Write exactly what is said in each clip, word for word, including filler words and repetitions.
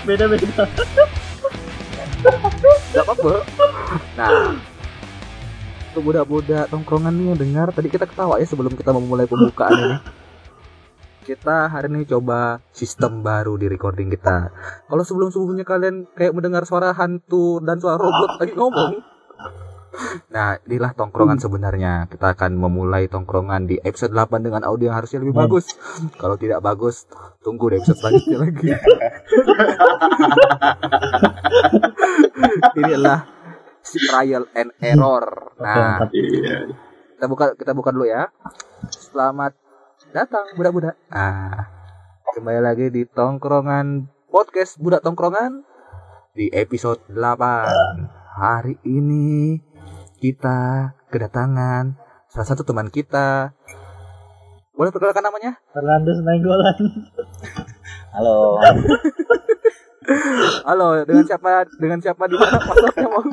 Beda-beda. Gak apa-apa. Nah, untuk budak-budak tongkrongan nih yang dengar, tadi kita ketawa ya sebelum kita memulai pembukaan ini. Kita hari ini coba sistem baru di recording kita. Kalau sebelum-sebelumnya kalian kayak mendengar suara hantu dan suara robot lagi ngomong. Nah, inilah tongkrongan sebenarnya. Kita akan memulai tongkrongan di episode delapan dengan audio yang harusnya lebih bagus. Kalau tidak bagus, tunggu di episode selanjutnya lagi. Inilah si trial and error. Nah, kita buka kita buka dulu ya. Selamat datang budak-budak. Ah, kembali lagi di tongkrongan podcast budak tongkrongan di episode delapan. Hari ini kita kedatangan salah satu teman kita. Boleh perkenalkan namanya? Fernandes Nainggolan. Halo. Halo, dengan siapa? Dengan siapa di mana passwordnya mau?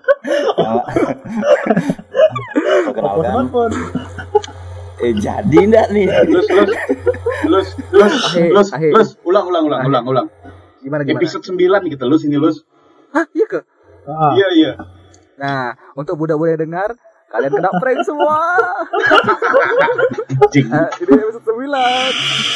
Perkenalkan. Eh jadi enggak nih? Lus lus lus lus lus Ahe. lus ulang ulang ulang Ahe. ulang ulang. Gimana gimana? Episode sembilan gitu lus ini lus. Hah, iya ke? Ah, Iya iya. Nah, untuk budak-budak dengar, kalian kena prank semua. Cing. Nah, ini episode sembilan.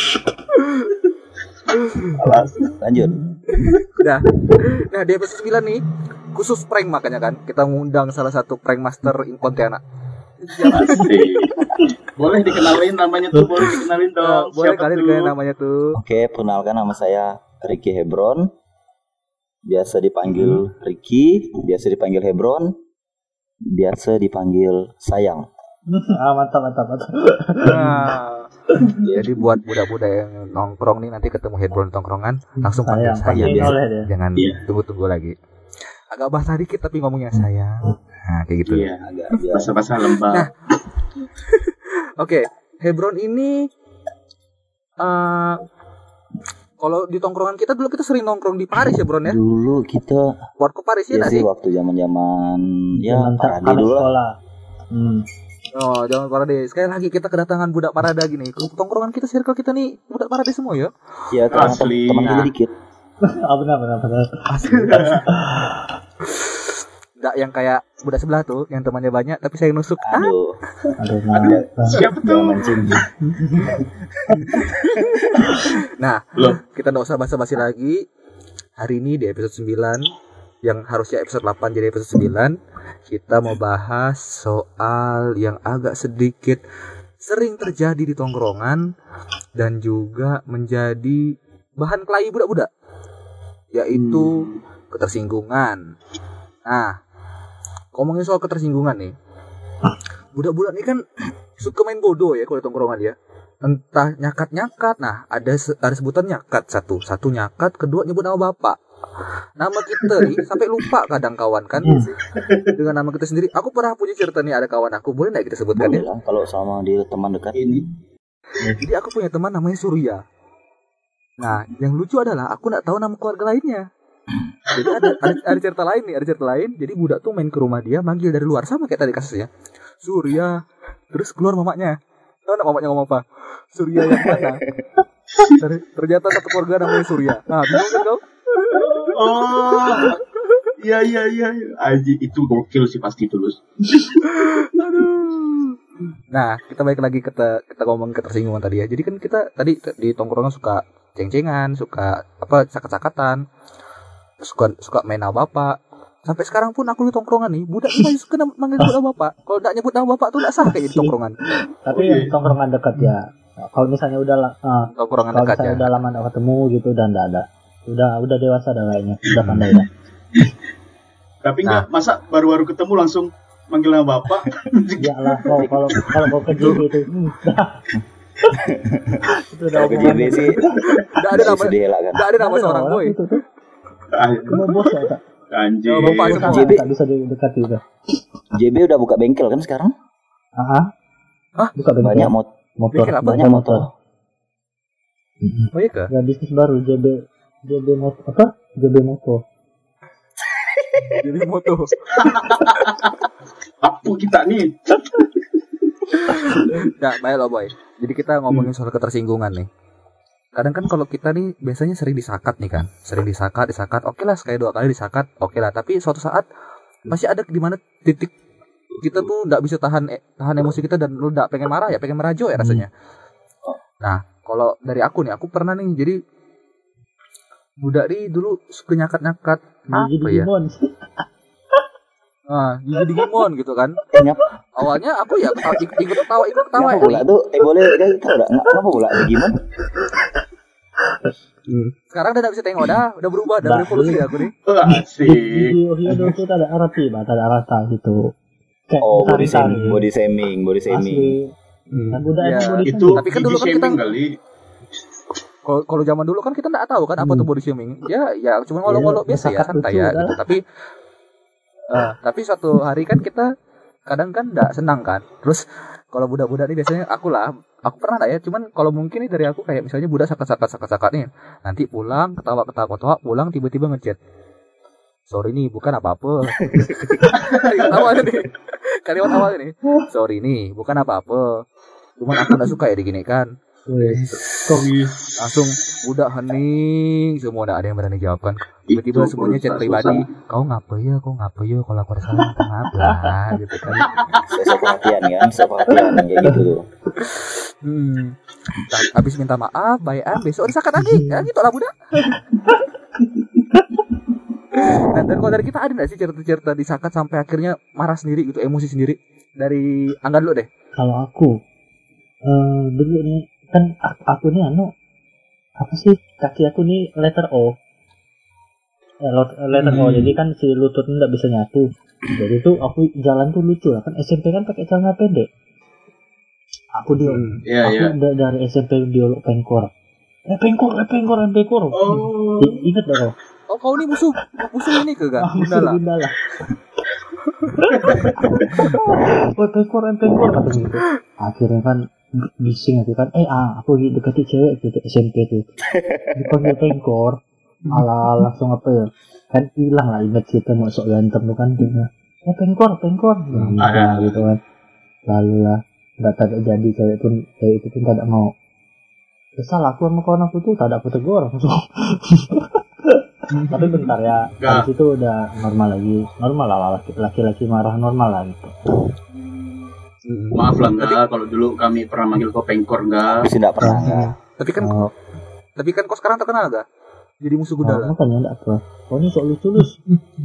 Alas, lanjut. Nah, nah di episode sembilan nih khusus prank makanya kan kita ngundang salah satu prank master in Pontianak. Pasti. Boleh dikenalin namanya tuh, boleh dikenalin dong. Boleh Siapa kalian tuh? dikenalin namanya tuh. Oke, perkenalkan nama saya Ricky Hebron. Biasa dipanggil Ricky, biasa dipanggil Hebron, biasa dipanggil Sayang. ah mantap mantap mantap. Nah, jadi buat budak-budak yang nongkrong nih nanti ketemu headbone tongkrongan langsung panggil Sayang, saya panggil biar oleh dia. jangan Iya. tunggu-tunggu lagi. Agak basah dikit tapi ngomongnya sayang. Nah, kayak gitu. Iya, Agak biasa. bahasa-bahasa lembab. Nah. Oke, Hebron ini uh, kalau di tongkrongan kita dulu kita sering nongkrong di Paris ya, Bron ya? Dulu kita Warkop Paris ya ya nggak sih sih? waktu zaman-zaman ya Zaman parade anak dulu lah. sekolah. Hmm. Oh, jangan parade. Sekali lagi kita kedatangan budak parade gini. Tongkrongan kita, circle kita nih budak parade semua ya. Ya teman Asli. teman kita Nah. dikit. ah benar benar benar. Asli. Nggak yang kayak budak sebelah tuh, yang temannya banyak tapi saya nusuk. Ah, Aduh, Aduh, nah, Siapa tuh? jangan mancing. nah, Loh. kita nggak usah basa-basi lagi. Hari ini di episode sembilan yang harusnya episode delapan jadi episode sembilan, kita mau bahas soal yang agak sedikit sering terjadi di tongkrongan dan juga menjadi bahan kelahi budak-budak, yaitu ketersinggungan. Nah, ngomongin soal ketersinggungan nih, budak-budak ini kan suka main bodoh ya kalau di tongkrongan ya. Entah nyakat-nyakat. Nah, ada se- ada sebutan nyakat satu, satu nyakat, kedua nyebut nama bapak. Nama kita nih sampai lupa kadang kawan kan dengan nama kita sendiri. Aku pernah punya cerita nih, ada kawan aku, boleh nggak kita sebutkan Boleh ya? lah kalau sama dia teman dekat. Ini Jadi aku punya teman namanya Surya. Nah, yang lucu adalah aku nggak tahu nama keluarga lainnya. Jadi ada, ada ada cerita lain nih, ada cerita lain. Jadi budak tuh main ke rumah dia, manggil dari luar sama kayak tadi kasusnya. Surya, terus keluar mamanya. Tahu nggak mamanya ngomong apa? Surya yang mana? Ter- Ternyata satu keluarga namanya Surya. Nah, bingung kan kau? Oh. Iya iya iya. iya. Aji itu gokil sih pasti tulus. Aduh. Nah, kita balik lagi ke te- kita ngomong ketersinggungan tadi ya. Jadi kan kita tadi te- di tongkrongan suka ceng-cengan, suka apa sakat-sakatan, suka suka main nama bapak. Sampai sekarang pun aku di tongkrongan nih, budak masih suka nam- manggil nama bapak. Kalau enggak nyebut nama bapak tuh enggak sah kayak di tongkrongan. Tapi yang tongkrongan dekat ya. Nah, kalau misalnya udah la- ah, Tongkrongan kalau dekat misalnya ya. udah lama nggak ketemu gitu dan enggak ada. Udah udah dewasa dah kayaknya. Udah pandai dah. Tapi enggak masa baru-baru ketemu langsung manggil nama bapak. Ya lah, kalau kalau kalau kau ke J B itu. hmm, dah. Itu udah Kalau ke J B sih Enggak ada nama sedih lah kan. enggak ada nama seorang boy. Itu tuh. Ah, Cuma bos ya, tak. Anjir. Oh, bapak semua. Sama, J B. tak bisa didekati itu. J B udah buka bengkel kan sekarang? Ah. Hah? Buka bengkel. Banyak mot motor. Bengkel apa? banyak motor. Oh iya kah? Ya bisnis baru J B J B motor apa? J B motor. Jadi moto. Apa kita nih? Enggak, baik loh boy. Jadi kita ngomongin soal ketersinggungan nih. kadang kan kalau kita nih biasanya sering disakat nih kan, sering disakat, disakat, oke lah sekali dua kali disakat, oke lah. Tapi suatu saat masih ada di mana titik kita tuh nggak bisa tahan eh, tahan emosi kita dan lu nggak pengen marah ya, pengen merajo ya rasanya. Nah kalau dari aku nih, aku pernah nih jadi budak nih dulu suka nyakat-nyakat apa ya? Nah, gigi Digimon gitu kan. Awalnya aku ya ikut ikut ketawa, ikut ketawa ya. Pula tuh, eh boleh kan tahu enggak? Kenapa pula Digimon? Hmm. Sekarang udah enggak bisa tengok dah, udah berubah, udah revolusi aku nih. Asik. Video video itu tak ada arti, tak ada rata gitu. Oh, body shaming, body shaming, body shaming. Hmm. Udah ya, body itu tapi kan dulu kan kita kali. Kalau kalau zaman dulu kan kita enggak tahu kan apa tuh body shaming. Ya ya cuma ngolok-ngolok biasa ya, santai ya gitu. Tapi Uh, tapi suatu hari kan kita kadang kan nggak senang kan. Terus kalau budak-budak nih biasanya aku lah, aku pernah nggak ya. Cuman kalau mungkin nih dari aku kayak misalnya budak sakat-sakat sakat-sakat nih, nanti pulang ketawa-ketawa ketawa pulang tiba-tiba ngechat. Sorry nih bukan apa-apa. Kalimat awal nih, kalimat awal nih. Sorry nih bukan apa-apa. Cuman aku nggak suka ya diginikan. Langsung budak hening semua, nggak ada yang berani jawab kan. Tiba-tiba semuanya chat pribadi, kau ngapa ya, kau ngapa ya, kalau aku ada salah minta maaf lah gitu kan. Saya perhatian kan, saya perhatian kayak gitu tuh. Hmm. Habis minta maaf, bayan besok disakat lagi, ya gitu lah budak. Nah, dan kalau dari kita ada nggak sih cerita-cerita disakat sampai akhirnya marah sendiri gitu, emosi sendiri? Dari Angga dulu deh. Kalau aku, uh, dulu nih kan aku nih anu apa sih, kaki aku nih letter O, eh, letter O, hmm. jadi kan si lututnya nggak bisa nyatu. Jadi tuh aku jalan tuh lucu lah kan, S M P kan pakai celana pendek. Aku dia, hmm. yeah, aku yeah. dari S M P diolok pengkor, eh pengkor, eh pengkor, eh pengkor. Oh. Ingat gak kau? Oh kau ini musuh, musuh ini ke gak? Gundala. Gundala. Oh pengkor, eh pengkor kata gitu. Akhirnya kan bising aku kan, eh ah aku dekati cewek gitu S M P tuh, dipanggil pengkor, ala langsung apa ya, kan hilang lah ingat kita mau sok ganteng tuh kan, dia, eh pengkor, pengkor, nah, gitu kan, lalu lah nggak tak jadi cewek pun, cewek itu pun tidak mau, kesal aku sama kawan aku tuh, tak ada aku tegur langsung. Tapi bentar ya, habis itu udah normal lagi, normal lah laki-laki marah normal lah gitu. Maaf lah enggak, kalau dulu kami pernah manggil kau pengkor enggak? Tidak pernah. Hmm. Tapi kan, oh. tapi kan kau sekarang terkenal enggak? Jadi musuh Gundala. Oh, makanya enggak apa. Kau ini sok lucu-lucu.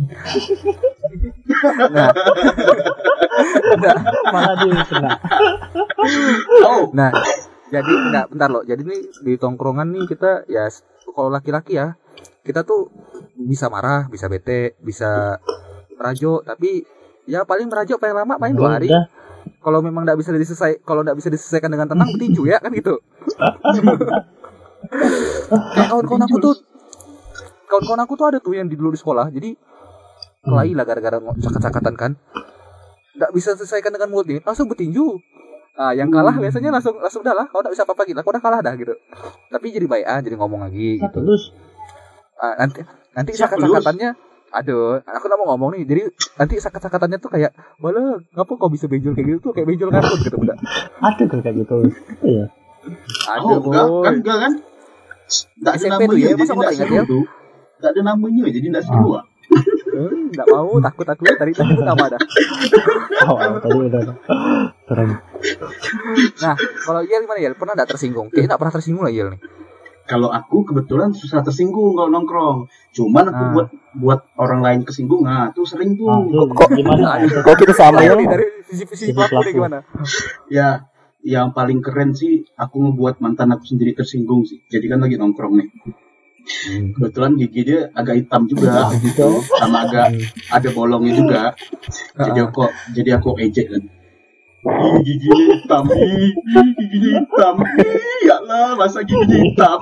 Nah, nah, malah dia kena. Oh, nah, jadi enggak, bentar loh. Jadi nih di tongkrongan nih kita ya, kalau laki-laki ya, kita tuh bisa marah, bisa bete, bisa merajo, tapi ya paling merajo paling lama paling dua hari. Kalau memang tidak bisa diselesai, kalau tidak bisa diselesaikan dengan tenang, petinju ya kan gitu. Kayak kawan-kawan aku tuh, kawan-kawan aku tuh ada tuh yang di dulu di sekolah, jadi kelahi lah gara-gara cakat-cakatan kan, tidak bisa selesaikan dengan mulut ini, langsung petinju. Nah, yang kalah biasanya langsung langsung dah lah, kau tidak bisa apa-apa gitu, kau udah kalah dah gitu. Tapi jadi baik ah, jadi ngomong lagi gitu. Ah, nanti nanti cakat-cakatannya. Aduh, aku gak mau ngomong nih. Jadi nanti sakat-sakatannya tuh kayak, malah ngapa kau bisa benjol kayak gitu tuh, kayak benjol kartun gitu udah. Ada kan kayak gitu. Iya. Ada oh, boy. Enggak kan, enggak kan? Enggak ada namanya, ya, jadi enggak seru. Enggak ada namanya, jadi enggak seru. Enggak mau, takut aku tadi tadi aku nama dah. Oh, tadi udah. Keren. Nah, kalau Yel gimana Yel? Pernah enggak tersinggung? Kayaknya enggak pernah tersinggung lah Yel nih. Kalau aku kebetulan susah tersinggung kalau nongkrong. Cuman aku nah. buat buat orang lain kesinggung, nah itu sering tuh. Ah, kok gimana? Kok kita sama ya? Dari sisi-sisi pelaku gimana? Ya, yang paling keren sih aku ngebuat mantan aku sendiri tersinggung sih. Jadi kan lagi nongkrong nih. Hmm. Kebetulan gigi dia agak hitam juga gitu, sama agak ada bolongnya juga. Jadi aku jadi aku ejek kan. Gigi hitam, gigi hitam, ya lah masa gigi hitam.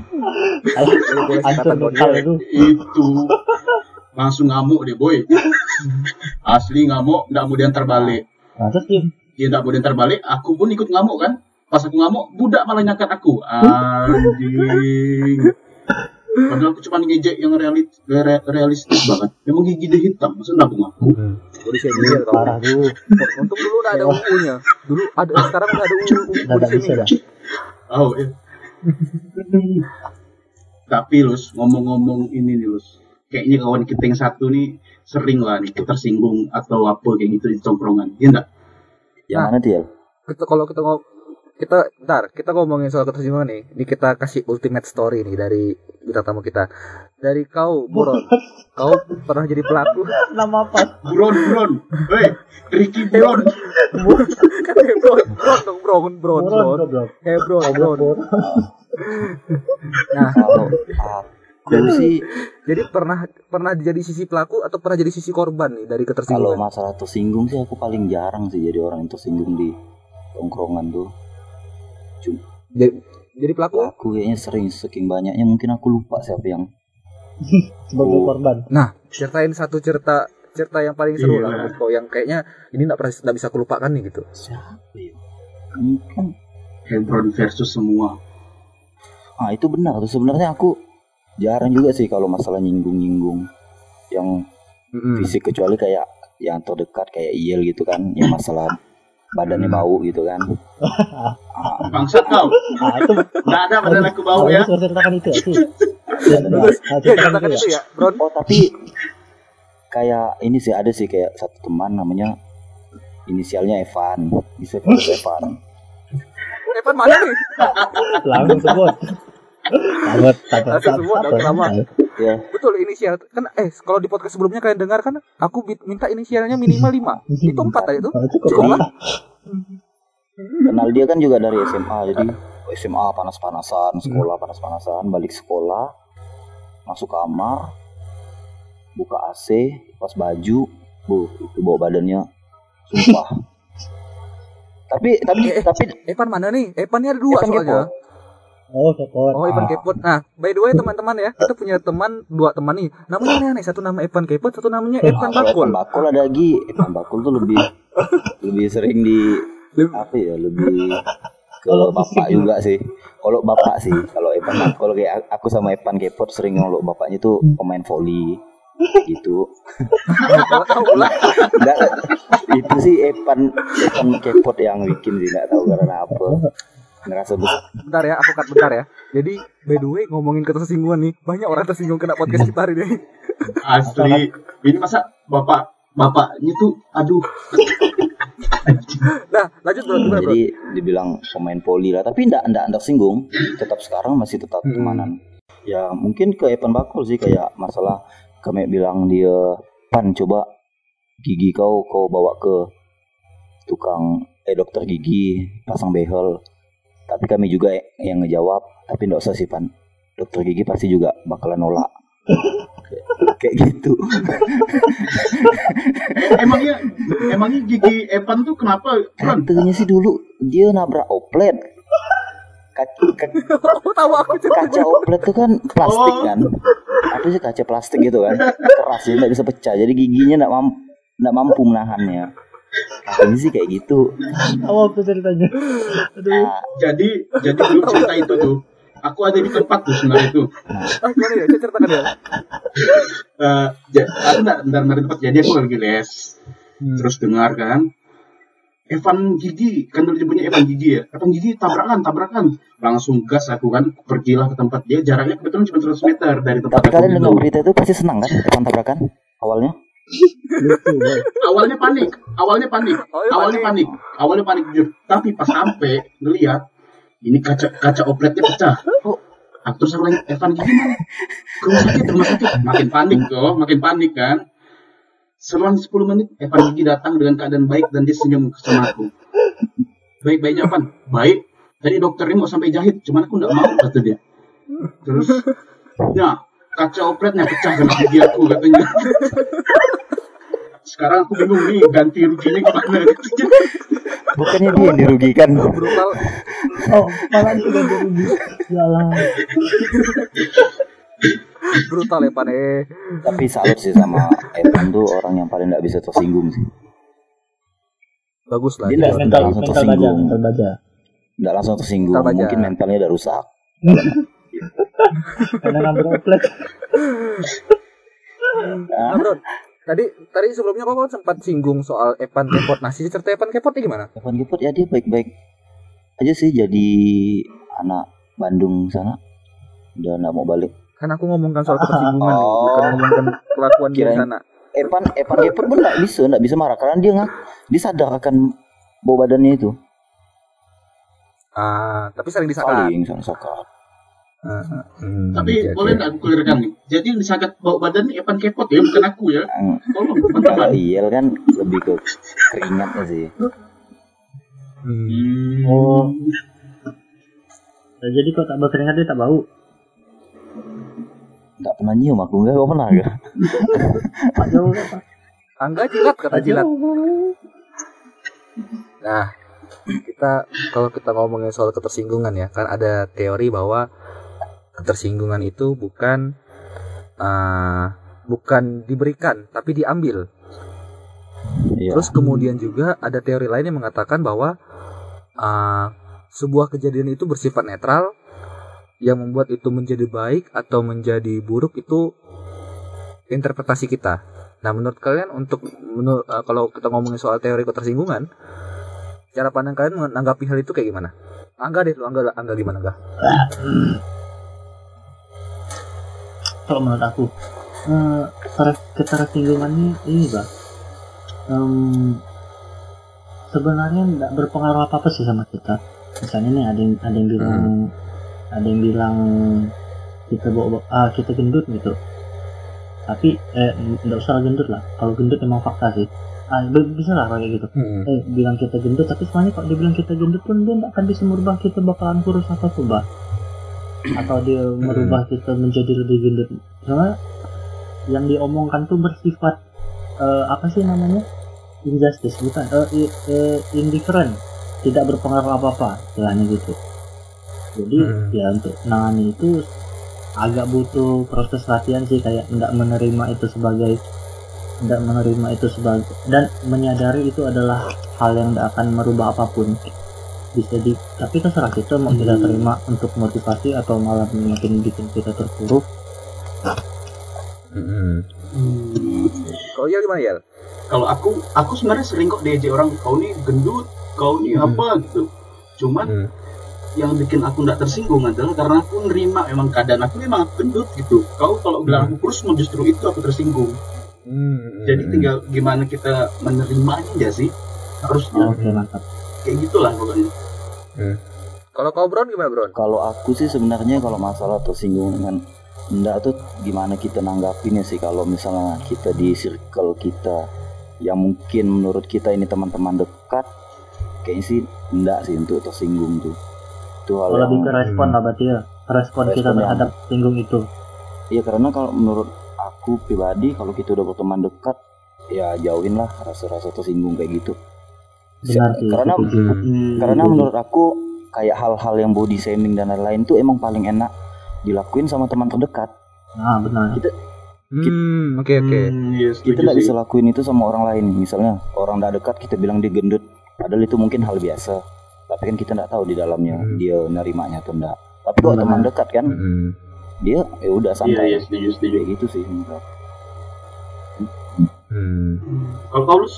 Itu langsung ngamuk deh boy, asli ngamuk, nggak mau diantar balik. Dia nggak mau diantar balik, aku pun ikut ngamuk kan. Pas aku ngamuk, budak malah nyakat aku, anjing. Padahal aku cuma ngejek yang realis, re, realistis banget. Memang gigi dia hitam, masa nggak ngaku? Udah saya bilang parah dulu. Untung dulu nggak ada U U-nya. Dulu ada, sekarang nggak ada U U. Nggak bisa dah. Oh iya. Tapi Lus, ngomong-ngomong ini nih Lus, kayaknya kawan kita yang satu nih sering lah nih tersinggung atau apa kayak gitu di tongkrongan, iya enggak? Yang mana dia? Kita kalau kita ngomong kita ntar kita ngomongin soal ketersinggungan nih. Ini kita kasih ultimate story nih dari bintang tamu kita. Dari kau, Buron. Kau pernah jadi pelaku? Nama apa? Buron, Buron. Hei, Ricky Buron. Kan Hebron, Bron dong, Bron, Bron, Bron. Hebron, Bron. Nah, Kalau aku sih, jadi pernah pernah jadi sisi pelaku atau pernah jadi sisi korban nih dari kalau ketersinggungan? masalah tersinggung sih aku paling jarang sih jadi orang yang tersinggung di tongkrongan tuh. Cuma Jadi, jadi pelaku? aku kayaknya sering, saking banyaknya mungkin aku lupa siapa yang Sebagai Oh. korban. Nah, ceritain satu cerita cerita yang paling seru Iya. lah menurut kau, yang kayaknya ini nggak pernah nggak bisa aku lupakan nih gitu. siapa ya? Mungkin Hebron versus semua. ah itu benar tuh, sebenarnya aku jarang juga sih kalau masalah nyinggung-nyinggung yang Mm-mm. fisik, kecuali kayak yang terdekat kayak Iel gitu kan, yang masalah badannya bau gitu kan. Ah, Bangsat kau. Ah itu Nggak ada badan aku bau ya. Harus ceritakan itu ya sih. badannya- Ah, Ya, ceritakan ceritakan itu itu ya. ya, Bron. Oh tapi kayak ini sih ada sih kayak satu teman namanya inisialnya Evan, bisa kalau Evan. Evan mana nih? Langsung sebut. Takut, takut, Langsung sebut, takut. dong, sama. Ya, Betul, inisial kan eh kalau di podcast sebelumnya kalian dengar kan aku bit- minta inisialnya minimal lima. Itu empat tadi itu. Oh, cukup Cukup lah. kenal dia kan juga dari S M A, jadi S M A panas-panasan, sekolah panas-panasan, balik sekolah, masuk kamar, buka A C, pas baju, bu, itu bau badannya, sumpah. tapi tapi Eh, eh. tapi Evan mana nih? Evan ini ada dua Evan soalnya. Kepot. Oh, kepot. Oh, Evan Kepot. Nah, by the way teman-teman ya, kita punya teman dua teman nih. Namanya aneh-aneh, satu nama Evan Kepot, satu namanya Evan Kalau Bakul. Evan Bakul ada lagi, Evan Bakul tuh lebih lebih sering di Lebih- apa ya, lebih ke Kalau bapak fisik juga sih. Kalau bapak sih, kalau Evan Bakul kayak aku sama Evan Kepot sering ngeluk bapaknya tuh pemain voli gitu. Kalau tahu lah. Enggak, itu sih Evan Evan Kepot yang bikin sih, nggak tahu karena apa. Ngerasa besar. Bentar ya, aku cut bentar ya. Jadi, by the way ngomongin ketersinggungan nih, banyak orang tersinggung kena podcast kita hari ini. Asli. Ini masa bapak bapaknya tuh aduh. Nah, lanjut bro, gimana bro? Jadi dibilang pemain voli lah, tapi enggak enggak enggak singgung. Tetap sekarang masih tetap Hmm. temanan. Ya mungkin ke Evan Bakul sih, kayak masalah kami bilang dia, Pan coba gigi kau kau bawa ke tukang eh dokter gigi pasang behel. Tapi kami juga yang ngejawab, tapi enggak usah sih Pan. Dokter gigi pasti juga bakalan nolak. Kayak, kayak gitu. Emangnya emangnya gigi Evan tuh kenapa? Bron? Katanya sih dulu dia nabrak oplet. Kaca, kaca, Oh, tahu aku cerita. kaca oplet tuh kan plastik Oh. kan, apa sih kaca plastik gitu kan, keras ya, nggak bisa pecah, jadi giginya nggak mampu nggak mampu menahannya. Katanya sih kayak gitu. Tahu aku ceritanya. Aduh. Nah, Jadi jadi dulu cerita itu tuh. Aku ada di tempat tuh sebenarnya itu. Ah, gimana ya? Saya ceritakan ya. Eh, ja- aku nggak bentar bentar tempat. Jadi aku lagi les. Hmm. Terus dengar kan. Evan Gigi, kan dulu nyebutnya Evan Gigi ya. Evan Gigi tabrakan, tabrakan. Langsung gas aku kan, pergilah ke tempat dia. Jaraknya kebetulan cuma seratus meter dari tempat tapi aku kalian gitu. dengar berita itu pasti senang kan, Evan tabrakan awalnya. Lucu, boy. Awalnya panik, awalnya panik, Awalnya awalnya panik, awalnya panik jujur. Tapi pas sampai ngelihat ini kaca kaca opletnya pecah. Oh, Aku terus aku nanya, Evan Gigi mana? Ke rumah sakit, rumah sakit. Makin panik tuh, makin panik kan. Selang sepuluh menit, Evan Gigi datang dengan keadaan baik dan dia senyum sama aku. Baik, baiknya Evan? Baik. Tadi dokternya mau sampai jahit, cuman aku nggak mau, kata dia. Terus, ya, kaca opletnya pecah kena gigi aku, katanya. Sekarang aku bingung nih, ganti ruginya gimana. bukannya dia yang dirugikan. Brutal. Oh, malah juga rugi. Yalah. Brutal ya, Pan. Eh. Tapi salut sih sama Evan tuh, orang yang paling nggak bisa tersinggung sih. Bagus lah. Dia Dia nggak Mental, langsung mental baja, tersinggung. mental baja. Nggak langsung tersinggung, Mental baja. mungkin mentalnya udah rusak. Karena ngambil oplet. Nah, bro, tadi tadi sebelumnya kau kan sempat singgung soal Evan Kepot. Nah, si cerita Evan Kepotnya gimana? Evan Kepot ya dia baik-baik aja sih, jadi anak Bandung sana, Udah nggak mau balik. Kan aku ngomongkan soal ketersinggungan nih, Oh. bukan ngomongkan kelakuan dia di Kirain- sana. Epan Epan Gepet pun nggak bisa nggak bisa marah karena dia nggak dia sadar akan bau badannya itu. Ah, tapi sering disakat. Saling saling sakat. Hmm, Tapi oke, boleh oke. nggak aku clearkan nih? Jadi yang disakat bau badan nih Epan Kepot ya, bukan aku ya. Hmm. Tolong teman-teman. Kalau Iel kan lebih ke keringatnya sih. Hmm. Hmm. Oh. Ya, jadi kok tak berkeringat dia tak bau. Nggak pernah nyium aku nggak kau pernah gak? Pak jauh kan Pak? Angga jilat kata jilat. Nah, kita kalau kita ngomongin soal ketersinggungan ya, kan ada teori bahwa ketersinggungan itu bukan uh, bukan diberikan tapi diambil. Iya. Terus kemudian juga ada teori lain yang mengatakan bahwa uh, sebuah kejadian itu bersifat netral, yang membuat itu menjadi baik atau menjadi buruk itu interpretasi kita. Nah, menurut kalian untuk menur, uh, kalau kita ngomongin soal teori ketersinggungan, cara pandang kalian menanggapi hal itu kayak gimana? Angga deh, lu Angga, Angga gimana Angga? Kalau menurut aku eh, ketersinggungannya ini Bang, um, sebenarnya tidak berpengaruh apa apa sih sama kita. Misalnya nih ada yang ada yang bilang hmm. ada yang bilang kita bawa ah, kita gendut gitu, tapi eh nggak usah gendut lah, kalau gendut emang fakta sih, ah bisa lah kayak gitu. hmm. eh bilang kita gendut, tapi sebenarnya kalau dia bilang kita gendut pun dia nggak akan bisa merubah kita bakalan kurus atau kubah, atau dia merubah hmm. kita menjadi lebih gendut. Soalnya yang diomongkan tuh bersifat uh, apa sih namanya, injustice bukan, uh, uh, indifferent, tidak berpengaruh apa-apa istilahnya gitu. Jadi hmm. ya untuk nangani itu agak butuh proses latihan sih, kayak tidak menerima itu sebagai tidak menerima itu sebagai dan menyadari itu adalah hal yang tidak akan merubah apapun. Bisa di tapi terserah kita mau kita terima untuk motivasi atau malah makin bikin kita terpuruk. Hmm. Kalau ya gimana ya? Kalau aku, aku sebenarnya sering kok diajak orang, kau nih gendut, kau nih apa hmm. gitu. Cuman hmm. yang bikin aku nggak tersinggung adalah karena aku nerima memang keadaan aku memang gendut gitu. Kau kalau bilang aku kurus, justru itu aku tersinggung. Hmm. Jadi tinggal gimana kita menerimanya aja sih. Harusnya. Oke, mantap. Kayak gitulah pokoknya. Hmm. Kalau kau Bron gimana Bron? Kalau aku sih sebenarnya kalau masalah tersinggung dengan enggak tuh gimana kita nanggapinnya sih. Kalau misalnya kita di circle kita yang mungkin menurut kita ini teman-teman dekat, kayaknya sih enggak sih untuk tersinggung tuh. Itu hal yang lebih ke respon hmm. lah berarti ya, respon, respon kita terhadap yang... singgung itu. Iya, karena kalau menurut aku pribadi kalau kita udah berteman dekat, ya jauhin lah rasa-rasa tersinggung kayak gitu. Benar sih. Karena hmm, karena hmm. menurut aku kayak hal-hal yang body shaming dan lain-lain tuh emang paling enak dilakuin sama teman terdekat. Nah, benar. Kita Hmm, oke oke. Hmm, yes, kita nggak bisa lakuin itu sama orang lain. Misalnya orang nggak dekat kita bilang dia gendut, padahal itu mungkin hal biasa. Tapi kan kita nggak tahu di dalamnya hmm. dia nerimanya atau enggak. Tapi kalau teman dekat kan, hmm. dia ya udah santai. Iya, iya, setuju, setuju. Kayak gitu sih menurut. Hmm. Kalau Paulus?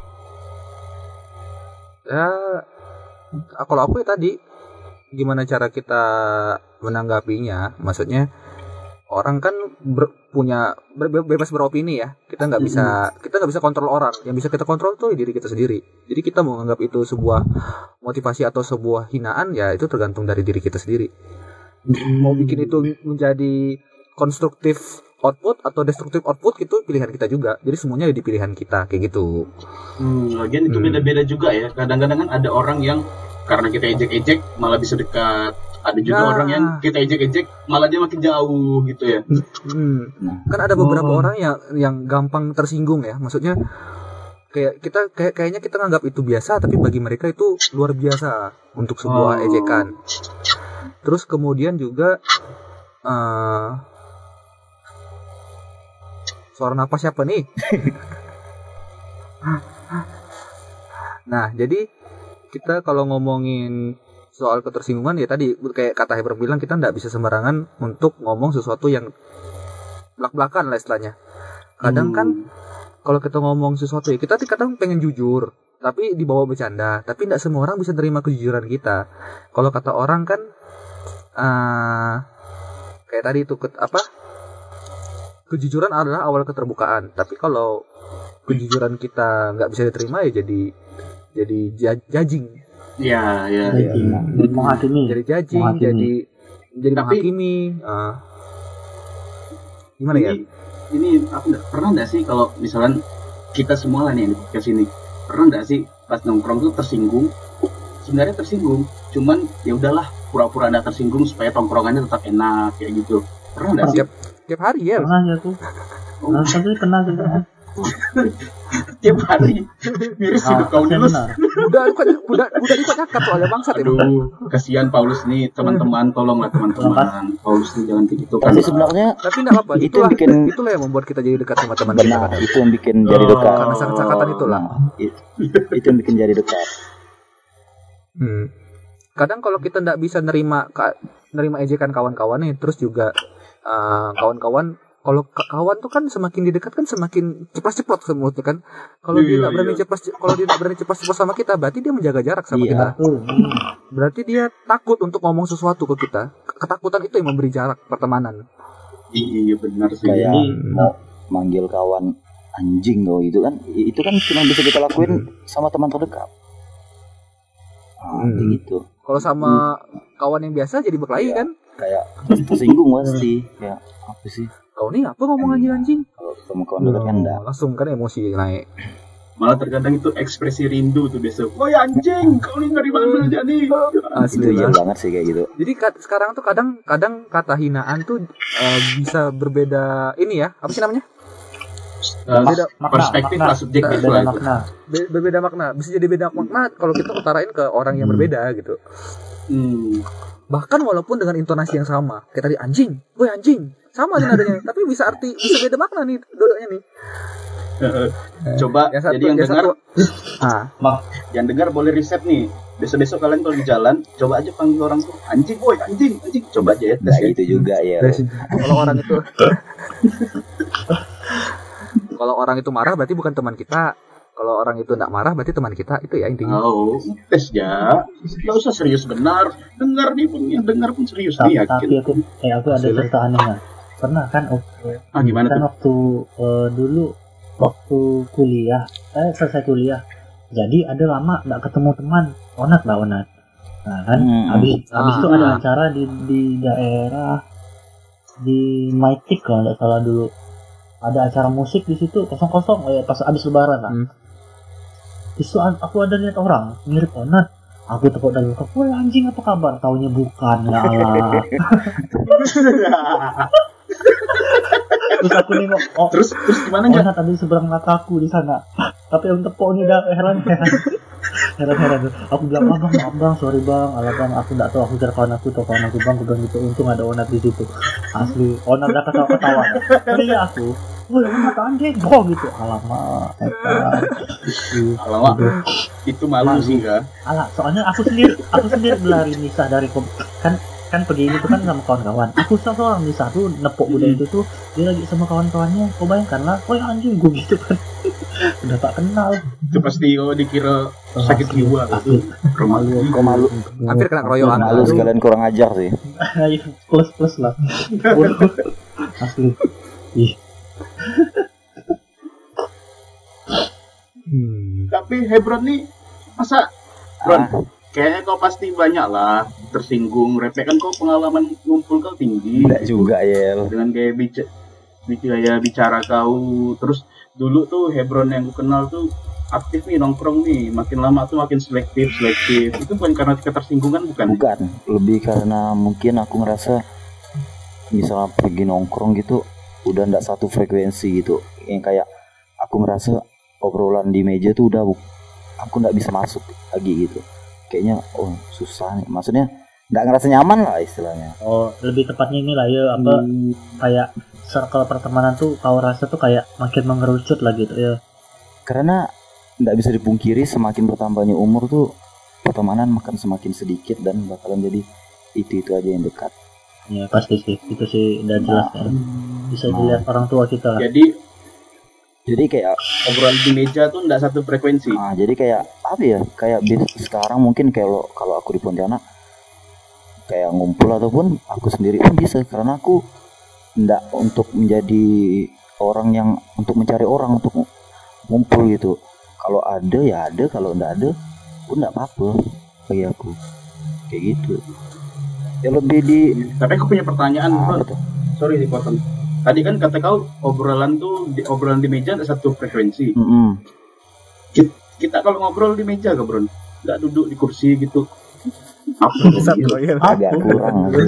Ya, kalau aku ya tadi, gimana cara kita menanggapinya? Maksudnya orang kan ber, punya ber, bebas beropini ya. Kita nggak bisa mm-hmm. kita nggak bisa kontrol orang. Yang bisa kita kontrol tuh diri kita sendiri. Jadi kita mau menganggap itu sebuah motivasi atau sebuah hinaan, ya itu tergantung dari diri kita sendiri. Mau bikin itu menjadi konstruktif output atau destruktif output, itu pilihan kita juga. Jadi semuanya di pilihan kita kayak gitu. Hmm, lagian itu hmm. beda-beda juga ya. Kadang-kadang kan ada orang yang karena kita ejek-ejek malah bisa dekat. Ada juga nah. orang yang kita ejek-ejek malah dia makin jauh gitu ya. Hmm. Kan ada beberapa oh. orang yang yang gampang tersinggung ya. Maksudnya kayak kita kayak kayaknya kita nganggap itu biasa, tapi bagi mereka itu luar biasa untuk sebuah oh. ejekan. Terus kemudian juga uh, suara napas siapa nih? Nah, jadi kita kalau ngomongin soal ketersinggungan ya tadi kayak kata Heber bilang, kita nggak bisa sembarangan untuk ngomong sesuatu yang belak-belakan lah istilahnya. Kadang hmm. kan kalau kita ngomong sesuatu ya kita kadang pengen jujur tapi dibawa bercanda, tapi nggak semua orang bisa terima kejujuran kita. Kalau kata orang kan uh, kayak tadi itu ke, apa kejujuran adalah awal keterbukaan, tapi kalau kejujuran kita nggak bisa diterima ya jadi jadi judging. Iya, iya, iya. Jadi menghakimi. Jadi judging, menghakimi. jadi jadi Tapi, menghakimi. Uh, gimana ini, ya? Ini aku nggak pernah nggak sih kalau misalkan kita semua lah nih yang di podcast ini pernah nggak sih pas nongkrong tuh tersinggung? Sebenarnya tersinggung, cuman ya udahlah pura-pura nggak tersinggung supaya tongkrongannya tetap enak kayak gitu. Pernah nggak sih? Tiap, tiap hari ya. Pernah ya tuh. Oh, Nah, tapi pernah juga. tiap hari miris hidup kau saya dulu. benar. Udah bukan udah udah ikut cakap soalnya bangsat itu. Aduh, kasihan Paulus nih teman-teman, tolonglah teman-teman. Kan? Paulus nih jangan kayak gitu kan. Tapi sebenarnya Tapi enggak apa-apa. Itu Itulah bikin- itulah yang membuat kita jadi dekat sama teman kita. benar, kadang. itu yang bikin jadi Oh. dekat. Karena sangat-sakatan itulah. Nah, itu, itu yang bikin jadi dekat. Hmm. Kadang kalau kita nggak bisa nerima ka- nerima ejekan kawan-kawan nih, terus juga uh, kawan-kawan kalau ka- kawan tuh kan semakin didekat kan semakin cepat-cepat semutnya kan. Kalau dia Iya, nggak berani iya. cepat kalau dia nggak berani cepat-cepat sama kita, berarti dia menjaga jarak sama Iya. kita. Tuh. Berarti dia takut untuk ngomong sesuatu ke kita. Ketakutan itu yang memberi jarak pertemanan. Iya benar sih. Kayak Jadi, mau manggil kawan anjing loh itu kan itu kan cuma bisa kita lakuin sama teman terdekat. Nah, Hmm. kayak gitu. Kalau sama kawan yang biasa jadi berkelahi Iya. kan. Kayak tersinggung pasti. Kayak apa sih? Kau nih apa ngomong anjing-anjing? Kalau sama kawan dekat kan enggak. Langsung kan emosi naik. Malah terkadang itu ekspresi rindu tuh biasa. Woi anjing, kau nih dari mana aja nih? Asli Itu iya lah. banget sih kayak gitu. Jadi ka- sekarang tuh kadang kadang kata hinaan tuh uh, bisa berbeda ini ya. Apa sih namanya? Uh, Beda Makna, perspektif makna. lah subjektif Beda lah itu. makna. Be- berbeda makna. Bisa jadi beda makna kalau kita utarain ke orang yang Hmm. berbeda gitu. Hmm. Bahkan walaupun dengan intonasi yang sama. Kayak tadi anjing, woi anjing. Sama nih nadanya, tapi bisa arti bisa beda makna nih dua-duanya nih. Coba Yang satu, jadi yang dengar satu, ah, yang dengar boleh riset nih. Besok-besok kalian kalau di jalan, coba aja panggil orang tuh anjing, woi anjing, anjing. Coba aja ya. tes Enggak ya. gitu juga ya. dari situ. Kalau orang itu kalau orang itu marah berarti bukan teman kita. Kalau orang itu enggak marah berarti teman kita. Itu ya intinya. Oh, tes ya. Gak usah serius benar. Dengar nih pun yang dengar pun serius Tapi, nih tapi yakin. aku, eh aku ada Hasilnya? cerita anehnya. Pernah kan waktu, Ah gimana kan tuh? waktu eh, dulu waktu kuliah, eh selesai kuliah. Jadi ada lama nggak ketemu teman, onat lah onat. Nah kan, Hmm. habis habis Ah. itu ada acara di di daerah di Maitik kalau nggak salah dulu. Ada acara musik di situ kosong-kosong, eh, pas habis lebaran lah. Hmm. Itu aku ada lihat orang mirip onat. Aku tepuk dagu, woi anjing apa kabar? Taunya bukan, ya Allah. Terus aku nengok, oh, Terus terus gimana enggak? Onat ada di seberang mataku di sana. Tapi yang tepuk ini udah heran heran. Heran heran. Aku bilang, abang, maaf bang, sorry bang, ala bang, aku nggak tahu aku kira kawan aku atau kawan aku bang, aku bilang gitu. Untung ada Onat di situ. Asli, Onat udah ketawa ketawa. Tapi ya aku, woi Onat anjing, boh gitu. Alamak, etan. Alamak, itu malu sih enggak? Alah, soalnya aku sendiri, aku sendiri berlari misah dari kom- kan kan pergi itu kan sama kawan-kawan. Aku seorang misah tuh nepuk budak itu tuh dia lagi sama kawan-kawannya. Kau bayangkan lah, woi anjing gue gitu kan. Udah tak kenal. Itu pasti oh dikira sakit Asli, jiwa asli. itu. Remalu. Kok malu? hampir kena keroyokan. Malu sekalian kurang ajar sih. Ayo, plus plus lah. Asli. Ih, Hmm. Tapi Hebron nih masa Bron, Ah, kayaknya kau pasti banyak lah tersinggung. Repek kan kau pengalaman ngumpul kau tinggi. enggak juga ya. Dengan gaya bicara, gaya bicara kau. Terus dulu tuh Hebron yang ku kenal tuh aktif nih nongkrong nih. Makin lama tuh makin selektif selektif. Itu bukan karena ketersinggungan bukan? Bukan, lebih karena mungkin aku ngerasa misalnya pergi nongkrong gitu udah ndak satu frekuensi gitu. Yang kayak aku ngerasa obrolan di meja tuh udah bu- aku ndak bisa masuk lagi gitu. Kayaknya oh susah nih. Maksudnya nggak ngerasa nyaman lah istilahnya. oh lebih tepatnya ini lah ya apa Hmm, kayak circle pertemanan tuh kau rasa tuh kayak makin mengerucut lah gitu ya. karena nggak bisa dipungkiri semakin bertambahnya umur tuh pertemanan makan semakin sedikit dan bakalan jadi itu itu aja yang dekat. Ya pasti sih, itu sih udah jelas ya. Bisa dilihat orang tua kita lah. Jadi Jadi kayak obrolan di meja tuh nggak satu frekuensi. ah jadi kayak apa ya? Kayak bis, sekarang mungkin kalau kalau aku di Pontianak kayak ngumpul ataupun aku sendiri pun bisa, karena aku ndak untuk menjadi orang yang untuk mencari orang untuk ngumpul gitu. Kalau ada ya ada, kalau ndak ada pun ndak apa-apa bagi aku kayak gitu. Ya lebih di. Tapi aku punya pertanyaan, Ah, Bro. betul. Sorry dipotong. Tadi kan kata kau obrolan tuh di, obrolan di meja ada satu frekuensi. Mm-mm. Kita, kita kalau ngobrol di meja gak, Bro? Nggak duduk di kursi gitu. Apa Bisa gitu? bro, ya. Agak kurang gitu.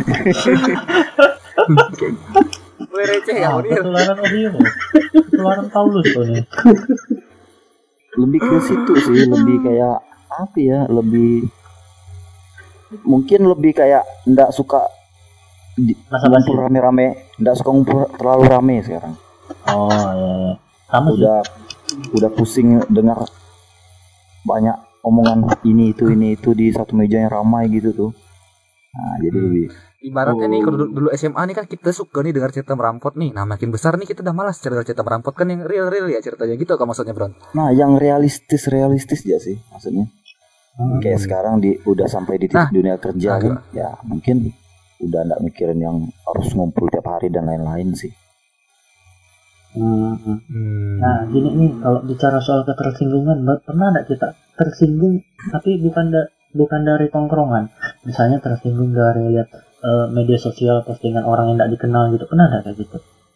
Mulai receh ya, Ah, Munir. ketularan Odilo. Ketularan Paulus tuh nih. Lebih ke situ sih, lebih kayak apa ya, lebih mungkin lebih kayak ndak suka di- Masa ngumpul basi. rame-rame, ndak suka ngumpul terlalu rame sekarang. Oh iya, iya. Sama sih. Udah udah pusing dengar banyak omongan ini itu ini itu di satu meja yang ramai gitu tuh. Nah, jadi lebih Ibaratnya Oh. nih kalau dulu, dulu S M A nih kan kita suka nih dengar cerita merampot nih. Nah makin besar nih kita udah malas cerita cerita merampot kan yang real real ya ceritanya gitu kan maksudnya Bro. nah yang realistis realistis aja sih maksudnya. Hmm. Kayak sekarang di udah sampai di Nah. titik dunia kerja Nah, kan, ya mungkin udah nggak mikirin yang harus ngumpul tiap hari dan lain-lain sih. Hmm, hmm. Hmm. Nah, gini nih, kalau bicara soal ketersinggungan, Mbak, pernah nggak kita tersinggung, tapi bukan da- bukan dari tongkrongan, misalnya tersinggung dari lihat eh, media sosial postingan orang yang nggak dikenal gitu, pernah nggak kayak gitu?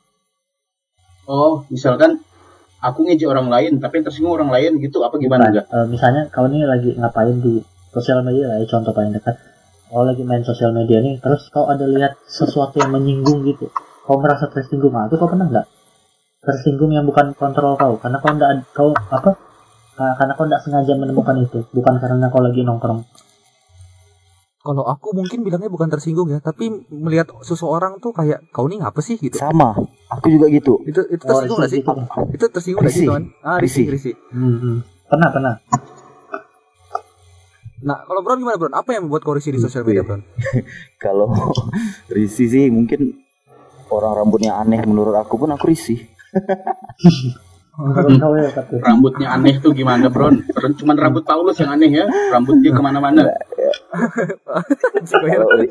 Oh, misalkan aku ngejek orang lain, tapi yang tersinggung orang lain gitu, apa gimana Bukan. enggak? Eh, misalnya kau nih lagi ngapain di sosial media lah, ya, contoh paling dekat, kau lagi main sosial media nih, terus kau ada lihat sesuatu yang menyinggung gitu, kau merasa tersinggung, nah itu kau pernah nggak? Tersinggung yang bukan kontrol kau, karena kau nggak kau apa? Nah, karena kau nggak sengaja menemukan itu, bukan karena kau lagi nongkrong. Kalau aku mungkin bilangnya bukan tersinggung ya, tapi melihat seseorang tuh kayak kau nih ngapa sih gitu. Sama, aku juga gitu. Itu itu Oh, tersinggung nggak isi sih? gitu. Itu tersinggung nggak sih Risih. kawan? Ah risih Risih. risih. Hmm, hmm. Pernah, pernah. Nah kalau Bro gimana Bro? Apa yang membuat kau risih di sosial media Bro? Kalau risih sih mungkin orang rambutnya aneh menurut aku pun aku risih. Menurut kau ya, tapi Rambutnya aneh tuh gimana, Bro? Cuman rambut Paulus yang aneh ya, rambutnya kemana-mana. Kalau ri-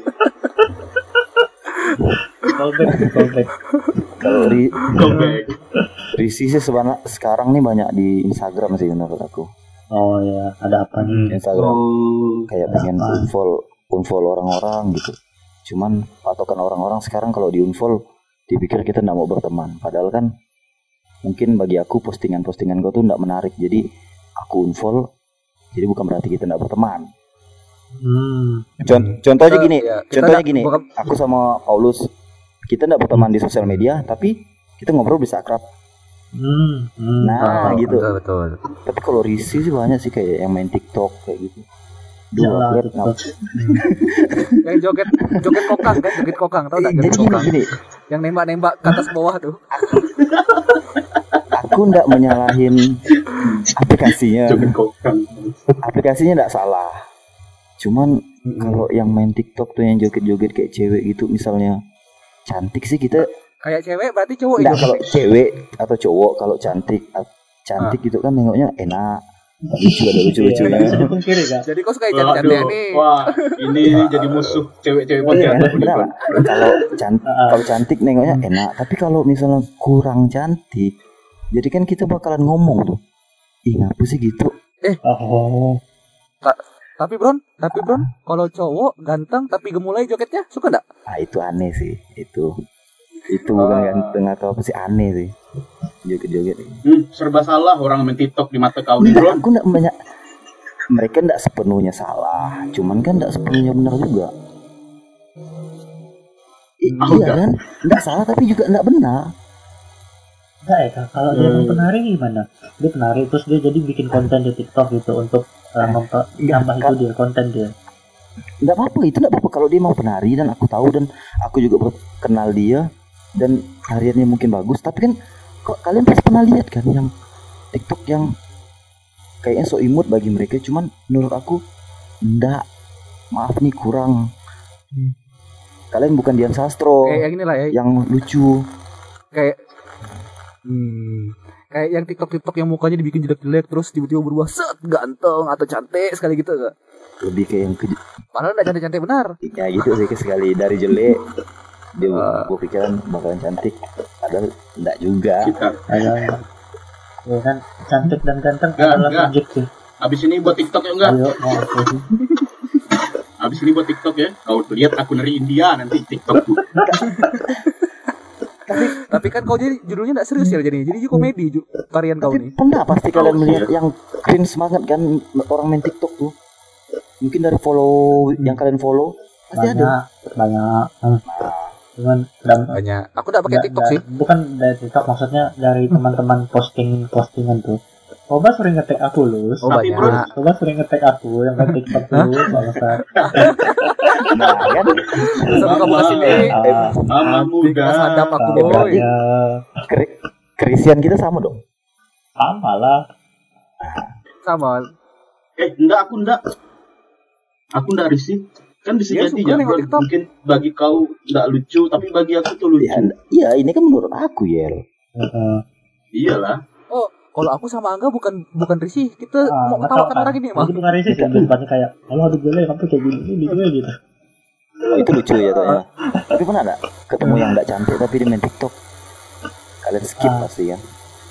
callback, callback. kalau ri- Go back. risih sih sebenarnya sekarang nih banyak di Instagram sih menurut aku. Oh ya, ada apa nih? Instagram Oh, kayak pengen unfollow unfollow orang-orang gitu. Cuman patokan orang-orang sekarang kalau di unfollow dipikir kita nggak mau berteman. Padahal kan mungkin bagi aku postingan-postingan gue tuh nggak menarik. Jadi aku unfollow. Jadi bukan berarti kita nggak berteman. Hmm. Con- contohnya Kita- gini, ya, kita contohnya nggak- gini. bukan- Aku sama Paulus kita nggak berteman di sosial media, tapi kita ngobrol bisa akrab. Hmm. Hmm. Nah, Oh, gitu. Betul betul. Tapi kalau risih sih banyak sih kayak yang main TikTok kayak gitu. Duh, Yalah, aku liat, TikTok. ngap- Yang joget joget kokang kan, joget kokang tau Eh, nggak jadi joget gini, kokang? gini, Yang nembak-nembak ke atas bawah tuh. aku nggak menyalahin aplikasinya. joget kokang. Aplikasinya nggak salah. Cuman kalau yang main TikTok tuh yang joget-joget kayak cewek gitu misalnya cantik sih kita Kayak cewek berarti cowok enggak, itu. kalau cewek atau cowok kalau cantik cantik gitu kan nengoknya enak, lucu ada lucu-lucunya. Bisa dipungkiri kak? Jadi kok suka cantik-cantik Waduh, nih. wah, ini jadi musuh cewek-cewek Iya, Pontianak. benar Pak. Kalau cantik, kalau cantik nengoknya enak, tapi kalau misalnya kurang cantik, jadi kan kita bakalan ngomong tuh, ih ngapa sih gitu? Oh. Ta- tapi Bron, tapi Bron, kalau cowok ganteng tapi gemulai jogetnya suka enggak? Ah itu aneh sih, itu itu bukan ganteng atau apa sih, aneh sih, joget-joget. Hmm, serba salah orang main TikTok di mata kau nih, Bro. Aku nggak banyak, mereka nggak sepenuhnya salah, cuman kan nggak sepenuhnya benar juga. I- Ah, iya enggak. kan, nggak salah tapi juga nggak benar. Enggak ya kak, kalau dia Hmm. mau penari gimana? Dia penari terus dia jadi bikin konten di TikTok gitu untuk uh, memper- Enggak, nambah Kak. itu dia konten dia. Nggak apa-apa, itu nggak apa-apa kalau dia mau penari dan aku tahu dan aku juga ber- kenal dia dan tariannya mungkin bagus. Tapi kan kok kalian pasti pernah lihat kan yang TikTok yang kayaknya so imut bagi mereka, cuman menurut aku enggak, maaf nih kurang. Kalian bukan Dian Sastro Kayak yang inilah ya, yang lucu. kayak hmm, kayak yang TikTok-TikTok yang mukanya dibikin jelek-jelek terus tiba-tiba berubah set ganteng atau cantik sekali gitu enggak? Lebih kayak yang ke... Padahal enggak cantik-cantik benar. Ya gitu sih sekali dari jelek dia uh. gue pikiran bakalan cantik padahal enggak juga. Ayo. Ya kan cantik dan ganteng Gak, adalah gak. subjektif. Abis ini buat TikTok ya enggak? Ayo, mau aku sih. Abis ini buat TikTok ya. Kau lihat akun dari India nanti TikTok tuh. tapi, tapi kan kau jadi judulnya enggak serius ya jadinya. Jadi komedi ju- varian kau tapi nih. pernah pasti kalian Oh, melihat iya. yang cringe banget kan orang main TikTok tuh. Mungkin dari follow yang kalian follow pasti Banyak, ada. banyak. Hmm. Cuman dan Banyak. Aku enggak pakai da- TikTok da- sih. Bukan dari TikTok, maksudnya dari teman-teman posting postingan tuh. Coba sering nge-tag aku lu. Oh Tapi, bro, banyak. Coba sering nge-tag aku yang main TikTok tuh, bangsa. Nah kan Sebelum kamu kesini, Ah, Mama di kelas muda. hadap aku Ya, boy. berarti- ya, kri- kerisian kita sama dong. sama lah. Sama. Eh, enggak, aku enggak. Aku enggak risih. Kan bisa Ya, jadi suka ya, nengok bro. TikTok. Mungkin bagi kau enggak lucu, tapi bagi aku tuh lucu. Ya, iya ini kan menurut aku ya. Heeh. Iyalah. Oh, kalau aku sama Angga bukan bukan risih. Kita Ah, mau nggak ketawakan tahu kan. orang ini mah. Itu bukan risih sih, depannya kayak, kalau aduh gila, kamu kayak gini, ini gini gitu. Oh itu lucu ya tuh ya. Tapi pernah enggak ketemu yang enggak cantik tapi dia main TikTok? Kalian skip Ah. pasti kan.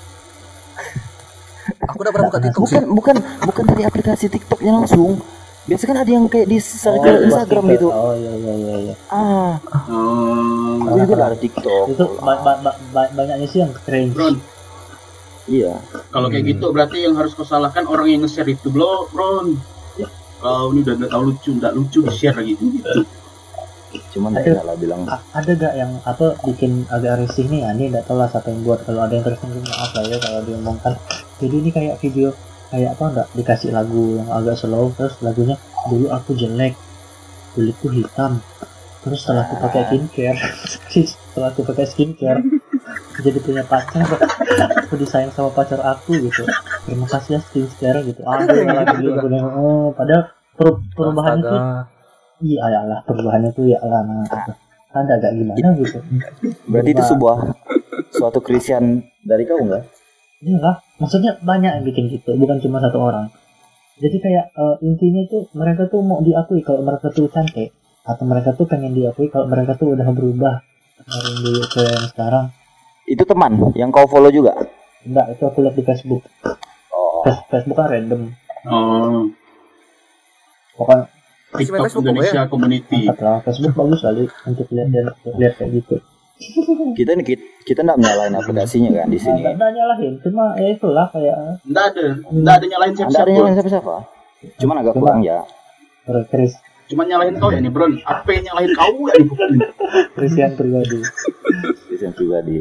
Aku udah pernah buka TikTok sih. Bukan bukan bukan dari aplikasi TikToknya langsung. Biasa kan ada yang kayak di share Oh, ke buat Instagram TikTok. gitu. Oh iya iya iya iya. Ah, Hmm, aku juga ada TikTok. Itu ba- ba- ba- ba- banyaknya sih yang cringe. Bron, Iya. kalau kayak gitu berarti yang harus kau salahkan orang yang nge-share itu, bro, Bron. Kau ini udah enggak tahu lucu, enggak lucu di-share lagi gitu. Cuman enggak Aduh. salah bilang. A- ada gak yang apa bikin agak risih nih ya, ini nggak tahu lah siapa yang buat, kalau ada yang tersinggung maaf lah ya kalau diomongkan. Jadi ini kayak video kayak apa nggak dikasih lagu yang agak slow, terus lagunya dulu aku jelek, kulitku hitam, terus setelah aku pakai skincare setelah aku pakai skincare jadi punya pacar, aku disayang sama pacar aku gitu, terima kasih ya skincare gitu. Ada yang lagu lagu yang oh padahal per- perubahannya tuh Astaga. iya ya lah, perubahannya tuh ya lah nah, ada agak gimana gitu. Berarti itu Berubah. sebuah suatu kerisian dari kau enggak? Iya lah, maksudnya banyak yang bikin gitu, bukan cuma satu orang. Jadi kayak uh, intinya tuh mereka tuh mau diakui kalau mereka tuh cantik, atau mereka tuh pengen diakui kalau mereka tuh udah berubah dari yang dulu ke yang sekarang. Itu teman yang kau follow juga? Enggak, itu aku lihat di Facebook. Oh. Face- Facebook kan random. Oh, Pokoknya TikTok Facebook Indonesia Community. mantap lah, Facebook bagus sekali untuk lihat dan lihat kayak gitu. Kita nih kita, kita enggak menyalahin aplikasinya kan di sini. Nggak nggak nyalahin, cuma ya itulah kayak Enggak ada, enggak ada nyalahin Enggak siapa-siapa. ada Bro. nyalahin siapa-siapa. Cuman agak Cuma- kurang ya. Chris Cuma nyalahin kau ya nih, Bron. Apa yang nyalahin kau ya nih? Christian pribadi. Kerisian pribadi.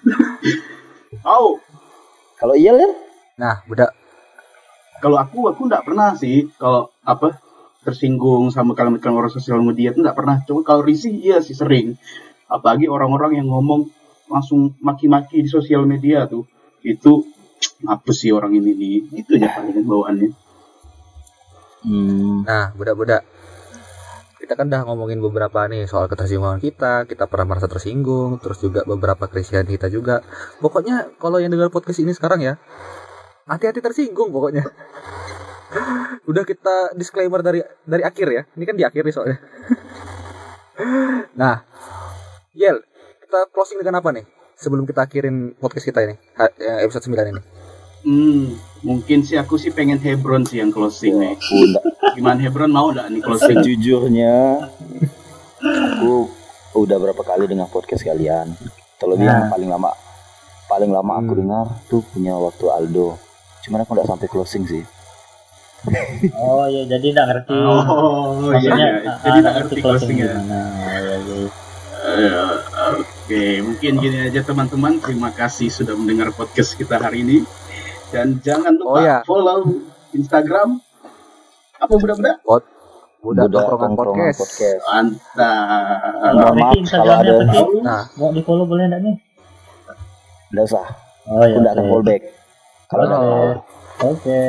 Kau, Kalau iya kan? Nah, udah kalau aku aku enggak pernah sih kalau apa tersinggung sama kalimat-kalimat orang sosial media itu enggak pernah. Cuma kalau risih iya sih sering. Apalagi orang-orang yang ngomong langsung maki-maki di sosial media tuh. Itu apa sih orang ini nih? Itu aja paling bawaannya. Hmm. Nah, budak-budak, kita kan udah ngomongin beberapa nih soal ketersinggungan kita, kita pernah merasa tersinggung, terus juga beberapa kerisian kita juga. Pokoknya kalau yang dengar podcast ini sekarang ya, hati-hati tersinggung pokoknya. Udah kita disclaimer dari dari akhir ya, ini kan di akhir nih soalnya. Nah, Yel, kita closing dengan apa nih? Sebelum kita akhirin podcast kita ini, ha- yang episode sembilan ini. Hmm, mungkin sih aku sih pengen Hebron sih yang closing nih. Udah. Gimana Hebron mau enggak nih closing? Sejujurnya aku udah berapa kali dengar podcast kalian. Terlebih Nah. yang paling lama paling lama aku Hmm. dengar tuh punya waktu Aldo. Cuman aku nggak sampai closing sih. Oh iya, jadi nggak ngerti. Oh, Maksudnya iya. ah, Jadi ah, enggak ngerti closing ya. gimana. Iya, iya. Eh, Oke, mungkin gini aja teman-teman. Terima kasih sudah mendengar podcast kita hari ini. Dan jangan lupa Oh, ya. follow Instagram. Apa budak-budak? Pot, budak Udah tongkrongan tongkrongan podcast. podcast. Mantap. Mohon maaf Ricky, kalau ada Instagramnya apa, Ki? Nah, Mau di follow boleh nggak nih? nggak usah. Oh Aku iya. nggak akan oke. fallback. Kalau nggak Oke. ada. Oke.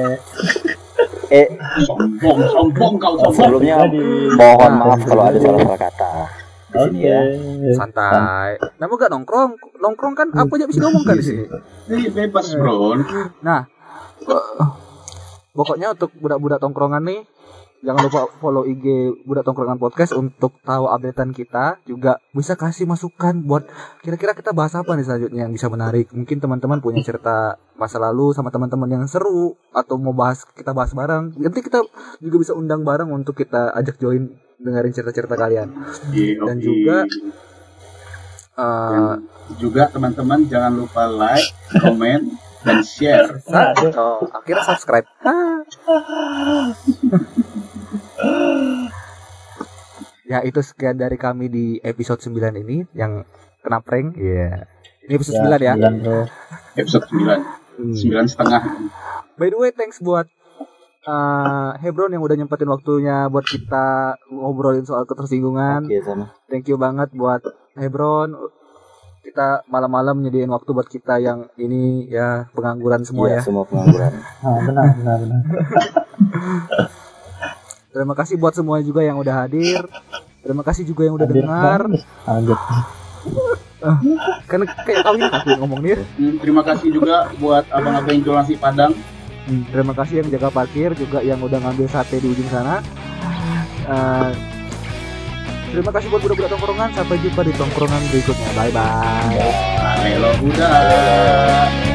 Eh Sombong, sombong kau sombong. sebelumnya Jadi- mohon Nah, maaf kalau ada salah-salah kata. di sini ya. Santai. Namun gak nongkrong, nongkrong kan apa aja bisa diomongkan di sini. Ini bebas bro. Nah, pokoknya untuk budak-budak tongkrongan nih, jangan lupa follow I G Budak Tongkrongan Podcast untuk tahu updatean kita. Juga bisa kasih masukan buat kira-kira kita bahas apa nih selanjutnya yang bisa menarik. Mungkin teman-teman punya cerita masa lalu sama teman-teman yang seru atau mau bahas kita bahas bareng. Nanti kita juga bisa undang bareng untuk kita ajak join dengerin cerita-cerita kalian. Yeah, Dan okay. juga uh, juga teman-teman jangan lupa like, komen, dan share. Nah, oh, akhirnya subscribe. Ya itu sekian dari kami di episode sembilan ini yang kena prank. Iya. Yeah. Ini episode sembilan ya. sembilan, bro. Episode sembilan. Hmm. sembilan setengah. By the way, thanks buat uh, Hebron yang udah nyempetin waktunya buat kita ngobrolin soal ketersinggungan. Oke, sama. Thank you banget buat Hebron. Kita malam-malam nyediain waktu buat kita yang ini ya pengangguran semua Iya, ya. semua pengangguran. Ah, benar, benar, benar. Terima kasih buat semuanya juga yang udah hadir. Terima kasih juga yang udah Hadir dengar. banget. Lanjut. Uh, karena kayak kau ini aku ngomong nih. Hmm, terima kasih juga buat abang-abang yang jual nasi Padang. Hmm, terima kasih yang jaga parkir juga yang udah ngambil sate di ujung sana. Uh, terima kasih buat budak-budak tongkrongan. Sampai jumpa di tongkrongan berikutnya. Bye bye. Halo budak.